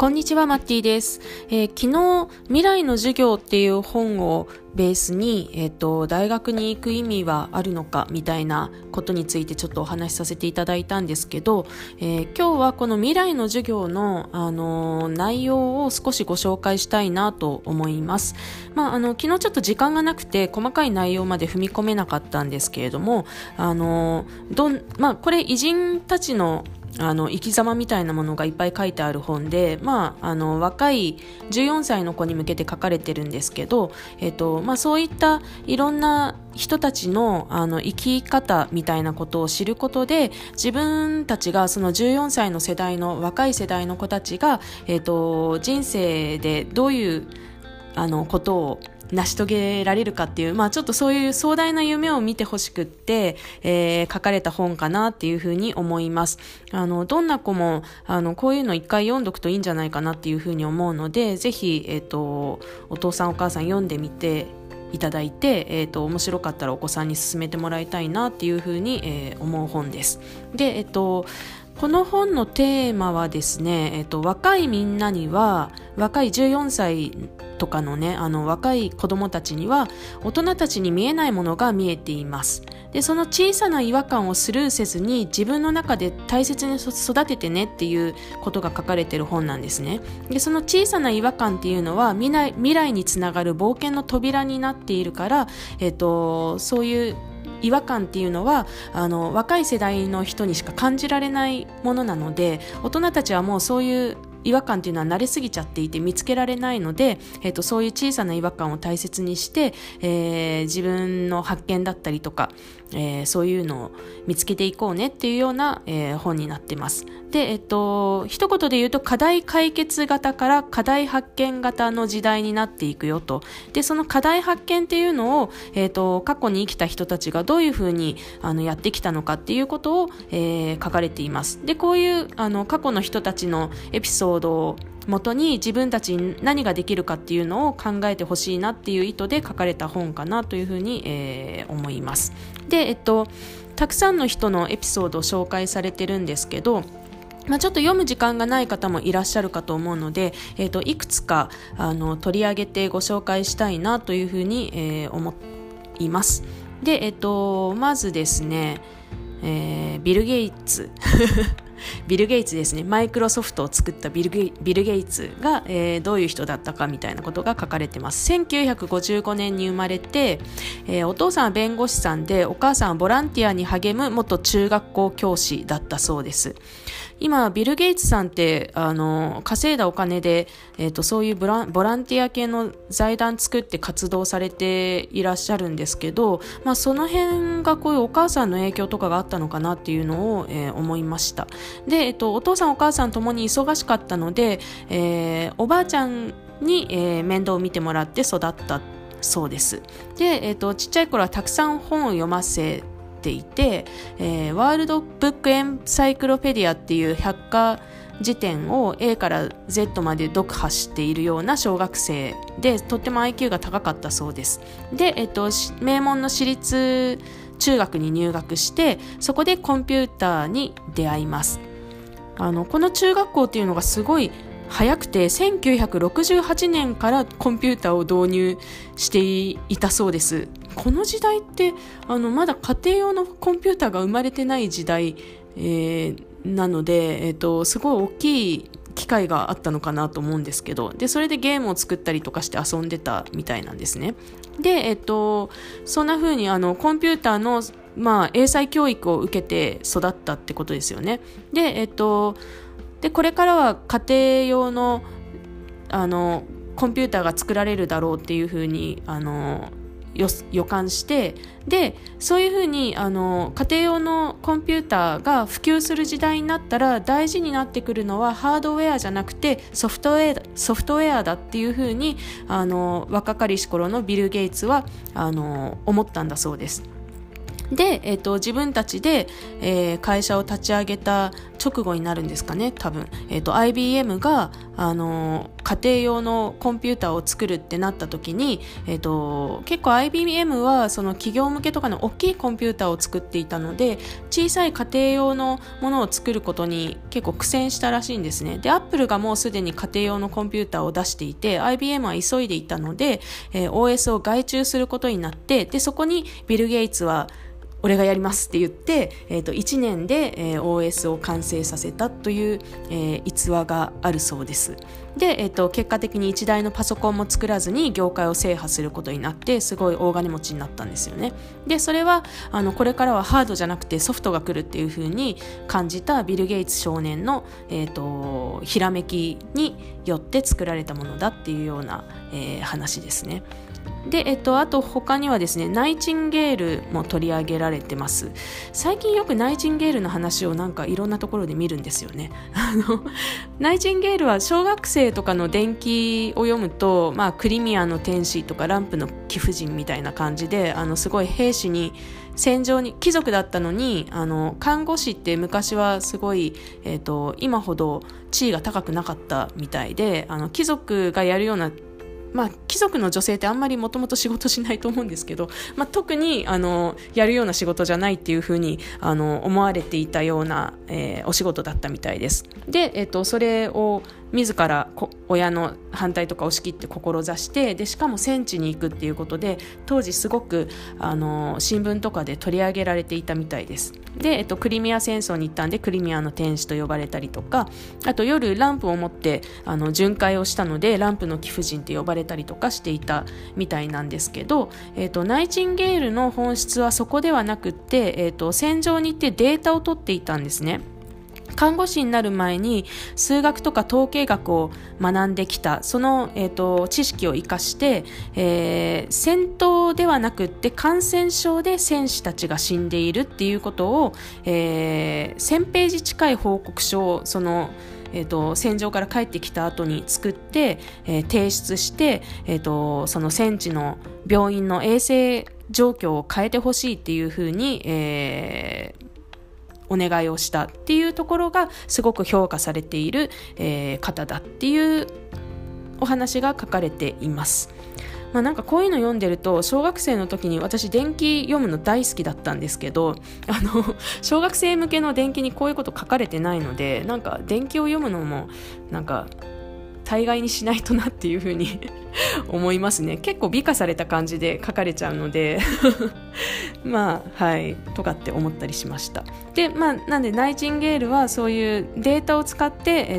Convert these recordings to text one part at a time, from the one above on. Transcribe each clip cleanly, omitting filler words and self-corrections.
こんにちは、マッティです。昨日、未来の授業っていう本をベースに、大学に行く意味はあるのかみたいなことについてちょっとお話しさせていただいたんですけど、今日はこの未来の授業の、内容を少しご紹介したいなと思います。昨日ちょっと時間がなくて細かい内容まで踏み込めなかったんですけれども、これ偉人たちの生き様みたいなものがいっぱい書いてある本で、若い14歳の子に向けて書かれてるんですけど、そういったいろんな人たちの生き方みたいなことを知ることで、自分たちがその14歳の世代の若い世代の子たちが、人生でどういうことを成し遂げられるかっていう、ちょっとそういう壮大な夢を見てほしくって、書かれた本かなっていうふうに思います。どんな子もこういうの一回読んどくといいんじゃないかなっていうふうに思うので、ぜひお父さんお母さん読んでみていただいて、面白かったらお子さんに勧めてもらいたいなっていうふうに、思う本です。で、この本のテーマはですね、若いみんなには、若い14歳とかのね、若い子供たちには、大人たちに見えないものが見えています。で、その小さな違和感をスルーせずに、自分の中で大切に育ててねっていうことが書かれている本なんですね。で、その小さな違和感っていうのは、未来につながる冒険の扉になっているから、そういう違和感っていうのは若い世代の人にしか感じられないものなので、大人たちはもうそういう違和感っていうのは慣れすぎちゃっていて見つけられないので、そういう小さな違和感を大切にして、自分の発見だったりとか、そういうのを見つけていこうねっていうような、本になってます。で、一言で言うと、課題解決型から課題発見型の時代になっていくよと。で、その課題発見っていうのを、過去に生きた人たちがどういうふうにやってきたのかっていうことを、書かれています。で、こういう過去の人たちのエピソードを元に自分たちに何ができるかっていうのを考えてほしいなっていう意図で書かれた本かなというふうに、思います。で、たくさんの人のエピソードを紹介されてるんですけど、ちょっと読む時間がない方もいらっしゃるかと思うので、いくつか取り上げてご紹介したいなというふうに、思います。で、まずですね、ビル・ゲイツビル・ゲイツですね。マイクロソフトを作ったビル・ゲイツが、どういう人だったかみたいなことが書かれてます。1955年に生まれて、お父さんは弁護士さんで、お母さんはボランティアに励む元中学校教師だったそうです。今ビル・ゲイツさんって稼いだお金で、そういうボランティア系の財団作って活動されていらっしゃるんですけど、その辺がこういうお母さんの影響とかがあったのかなっていうのを、思いました。で、お父さんお母さんともに忙しかったので、おばあちゃんに、面倒を見てもらって育ったそうです。で、ちっちゃい頃はたくさん本を読ませていて、ワールドブックエンサイクロペディアっていう百科辞典を A から Z まで読破しているような小学生で、とっても IQ が高かったそうです。で、名門の私立中学に入学して、そこでコンピューターに出会います。この中学校っていうのがすごい早くて、1968年からコンピューターを導入していたそうです。この時代ってまだ家庭用のコンピューターが生まれてない時代、なので、すごい大きい機会があったのかなと思うんですけど、でそれでゲームを作ったりとかして遊んでたみたいなんですね。で、そんな風にコンピューターの英才教育を受けて育ったってことですよね。で、これからは家庭用のコンピューターが作られるだろうっていう風に予感して、でそういうふうに家庭用のコンピューターが普及する時代になったら、大事になってくるのはハードウェアじゃなくてソフトウェアだっていうふうに若かりし頃のビル・ゲイツは思ったんだそうです。で、自分たちで、会社を立ち上げた直後になるんですかね、多分。IBM が、 家庭用のコンピューターを作るってなった時に、結構 IBM はその企業向けとかの大きいコンピューターを作っていたので、小さい家庭用のものを作ることに結構苦戦したらしいんですね。で、Apple がもうすでに家庭用のコンピューターを出していて、 IBM は急いでいたので、OS を外注することになって、でそこにビル・ゲイツは俺がやりますって言って、1年で、OS を完成させたという、逸話があるそうです。で、結果的に一台のパソコンも作らずに業界を制覇することになって、すごい大金持ちになったんですよね。でそれはこれからはハードじゃなくてソフトが来るっていう風に感じたビル・ゲイツ少年の、ひらめきによって作られたものだっていうような、話ですね。で、あと他にはですね、ナイチンゲールも取り上げられてます。最近よくナイチンゲールの話をなんかいろんなところで見るんですよね。ナイチンゲールは小学生とかの伝記を読むと、クリミアの天使とかランプの貴婦人みたいな感じで、すごい兵士に戦場に貴族だったのに、看護師って昔はすごい、今ほど地位が高くなかったみたいで、貴族がやるような、貴族の女性ってあんまりもともと仕事しないと思うんですけど、特にやるような仕事じゃないっていうふうに思われていたような、お仕事だったみたいです。で、それを自ら親の反対とか押し切って志して、でしかも戦地に行くっていうことで、当時すごく新聞とかで取り上げられていたみたいです。で、クリミア戦争に行ったんでクリミアの天使と呼ばれたりとか、あと夜ランプを持って巡回をしたのでランプの貴婦人って呼ばれたりとかしていたみたいなんですけど、ナイチンゲールの本質はそこではなくって、戦場に行ってデータを取っていたんですね。看護師になる前に数学とか統計学を学んできたその、知識を生かして、戦闘ではなくって感染症で戦士たちが死んでいるっていうことを、1000ページ近い報告書をその戦場から帰ってきた後に作って、提出して、その戦地の病院の衛生状況を変えてほしいっていうふうに、お願いをしたっていうところがすごく評価されている、方だっていうお話が書かれています。なんかこういうの読んでると、小学生の時に私伝記読むの大好きだったんですけど、小学生向けの伝記にこういうこと書かれてないので、なんか伝記を読むのもなんか大概にしないとなっていうふうに思いますね。結構美化された感じで書かれちゃうのではいとかって思ったりしました。で、なんでナイチンゲールはそういうデータを使って、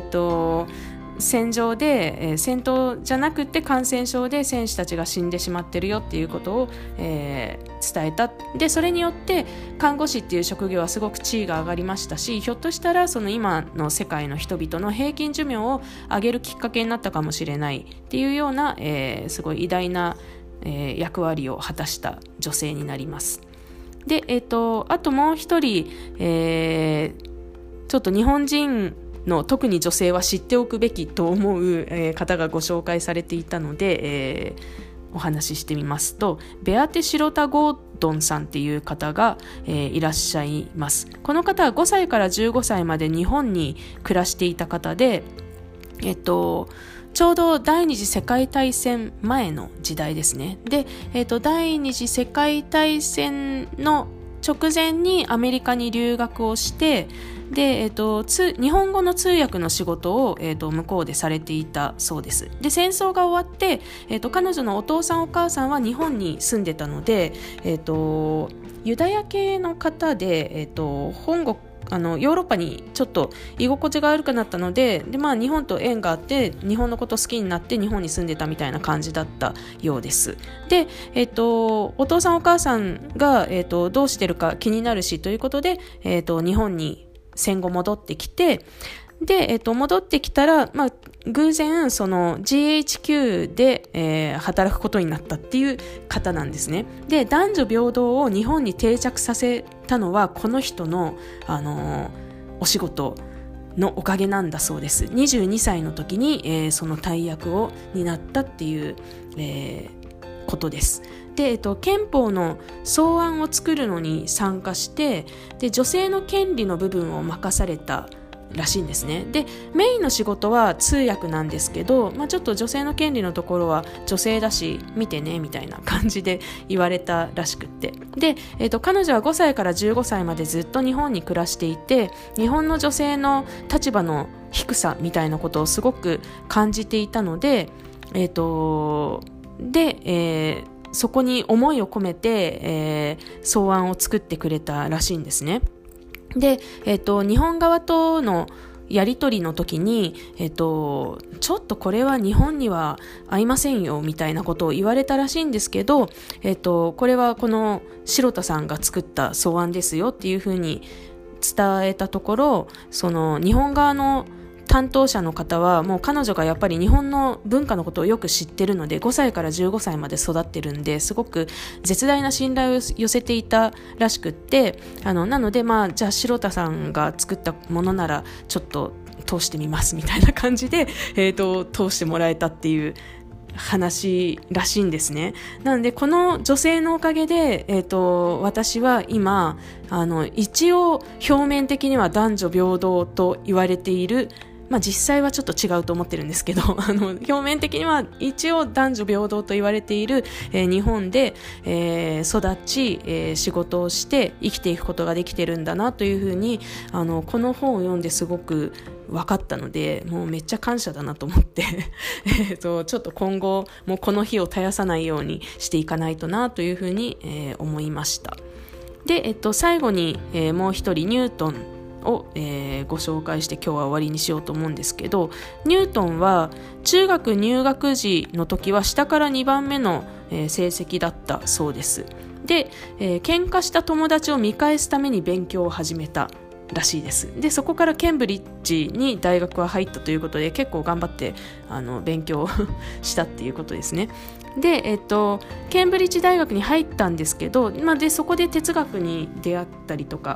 戦場で、戦闘じゃなくて感染症で戦士たちが死んでしまってるよっていうことを、伝えた。でそれによって看護師っていう職業はすごく地位が上がりましたし、ひょっとしたらその今の世界の人々の平均寿命を上げるきっかけになったかもしれないっていうような、すごい偉大な、役割を果たした女性になります。で、あともう一人、ちょっと日本人の特に女性は知っておくべきと思う、方がご紹介されていたので、お話ししてみますと、ベアテ・シロタ・ゴードンさんっていう方が、いらっしゃいます。この方は5歳から15歳まで日本に暮らしていた方で、ちょうど第二次世界大戦前の時代ですね。で、第二次世界大戦の直前にアメリカに留学をして、で、日本語の通訳の仕事を、向こうでされていたそうです。で、戦争が終わって、彼女のお父さんお母さんは日本に住んでたので、ユダヤ系の方で、本国ヨーロッパにちょっと居心地が悪くなったので、日本と縁があって日本のこと好きになって日本に住んでたみたいな感じだったようです。で、お父さんお母さんが、どうしてるか気になるしということで、日本に戦後戻ってきて、で、戻ってきたら、偶然その GHQ で、働くことになったっていう方なんですね。で、男女平等を日本に定着させたのはこの人の、お仕事のおかげなんだそうです。22歳の時に、その大役を担ったっていう、ことです。で、憲法の草案を作るのに参加して、で、女性の権利の部分を任されたらしいんですね。で、メインの仕事は通訳なんですけど、ちょっと女性の権利のところは女性だし見てねみたいな感じで言われたらしくって、で、彼女は5歳から15歳までずっと日本に暮らしていて、日本の女性の立場の低さみたいなことをすごく感じていたので、そこに思いを込めて、草案を作ってくれたらしいんですね。で、日本側とのやり取りの時に、ちょっとこれは日本には合いませんよみたいなことを言われたらしいんですけど、これはこの城田さんが作った草案ですよっていうふうに伝えたところ、その日本側の担当者の方はもう彼女がやっぱり日本の文化のことをよく知ってるので、5歳から15歳まで育ってるんで、すごく絶大な信頼を寄せていたらしくって、なのでじゃあ城田さんが作ったものならちょっと通してみますみたいな感じで、通してもらえたっていう話らしいんですね。なのでこの女性のおかげで、私は今一応表面的には男女平等と言われている、実際はちょっと違うと思ってるんですけど、表面的には一応男女平等と言われている、日本で、育ち、仕事をして生きていくことができてるんだなというふうにこの本を読んですごく分かったので、もうめっちゃ感謝だなと思ってちょっと今後もうこの日を絶やさないようにしていかないとなというふうに、思いました。で、最後に、もう一人ニュートンを、ご紹介して今日は終わりにしようと思うんですけど、ニュートンは中学入学時の時は下から2番目の、成績だったそうです。で、喧嘩した友達を見返すために勉強を始めたらしいです。で、そこからケンブリッジに大学は入ったということで、結構頑張って勉強したっていうことですね。で、ケンブリッジ大学に入ったんですけど、でそこで哲学に出会ったりとか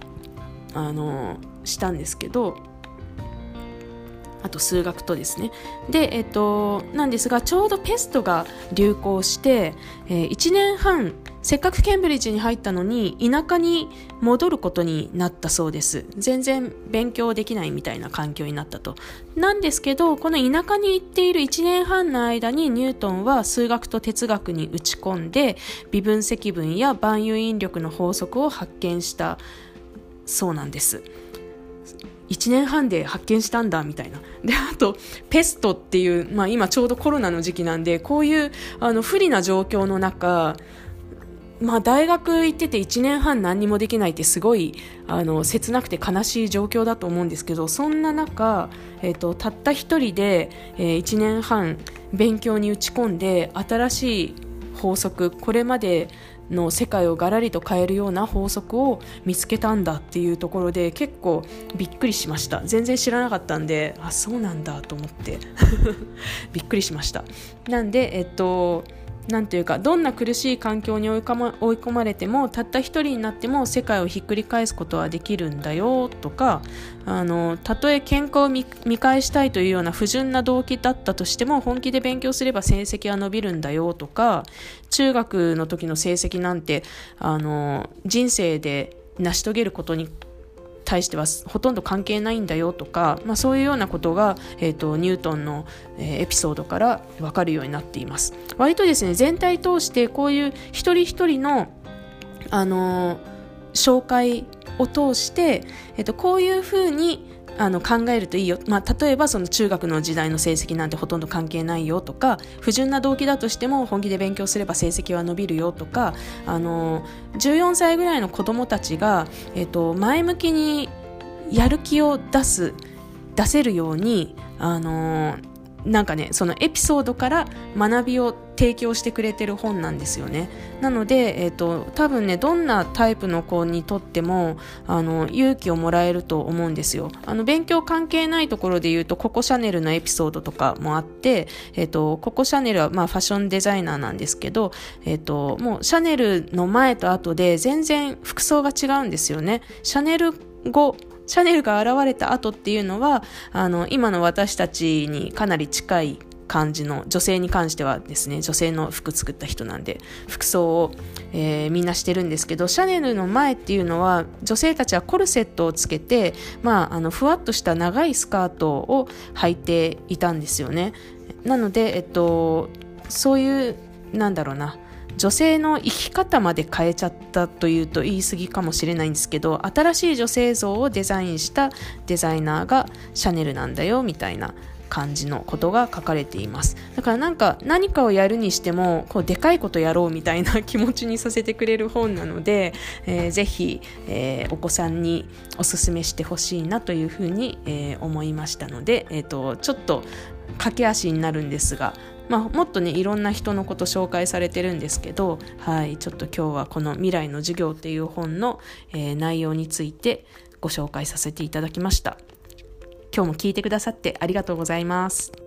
したんですけど、あと数学とですね。で、なんですが、ちょうどペストが流行して、1年半せっかくケンブリッジに入ったのに田舎に戻ることになったそうです。全然勉強できないみたいな環境になったと。なんですけど、この田舎に行っている1年半の間にニュートンは数学と哲学に打ち込んで、微分積分や万有引力の法則を発見したそうなんです。1年半で発見したんだみたいな。で、あとペストっていう、今ちょうどコロナの時期なんで、こういう不利な状況の中、大学行ってて1年半何にもできないってすごい切なくて悲しい状況だと思うんですけど、そんな中、たった一人で、1年半勉強に打ち込んで、新しい法則、これまでの世界をガラリと変えるような法則を見つけたんだっていうところで結構びっくりしました。全然知らなかったんで、そうなんだと思ってびっくりしました。なんでなんていうか、どんな苦しい環境に追い込まれても、たった一人になっても世界をひっくり返すことはできるんだよとか、たとえ喧嘩を見返したいというような不純な動機だったとしても、本気で勉強すれば成績は伸びるんだよとか、中学の時の成績なんて人生で成し遂げることに対してはほとんど関係ないんだよとか、そういうようなことが、ニュートンの、エピソードから分かるようになっています。割とですね、全体通してこういう一人一人の、紹介を通して、こういうふうに考えるといいよ。例えばその中学の時代の成績なんてほとんど関係ないよとか、不純な動機だとしても本気で勉強すれば成績は伸びるよとか、14歳ぐらいの子供たちが、前向きにやる気を出せるようになんかね、そのエピソードから学びを提供してくれてる本なんですよね。なので、多分ね、どんなタイプの子にとっても勇気をもらえると思うんですよ。勉強関係ないところで言うと、ココシャネルのエピソードとかもあって、ココシャネルはファッションデザイナーなんですけど、もうシャネルの前と後で全然服装が違うんですよね。シャネルが現れた後っていうのは今の私たちにかなり近い感じの、女性に関してはですね、女性の服作った人なんで服装を、みんなしてるんですけど、シャネルの前っていうのは女性たちはコルセットをつけて、ふわっとした長いスカートを履いていたんですよね。なので、そういう女性の生き方まで変えちゃったというと言い過ぎかもしれないんですけど、新しい女性像をデザインしたデザイナーがシャネルなんだよみたいな感じのことが書かれています。だから何かをやるにしてもでかいことやろうみたいな気持ちにさせてくれる本なので、ぜひ、お子さんにおすすめしてほしいなというふうに、思いましたので、ちょっと駆け足になるんですが、もっとねいろんな人のこと紹介されてるんですけど、ちょっと今日はこの未来の授業っていう本の、内容についてご紹介させていただきました。今日も聞いてくださってありがとうございます。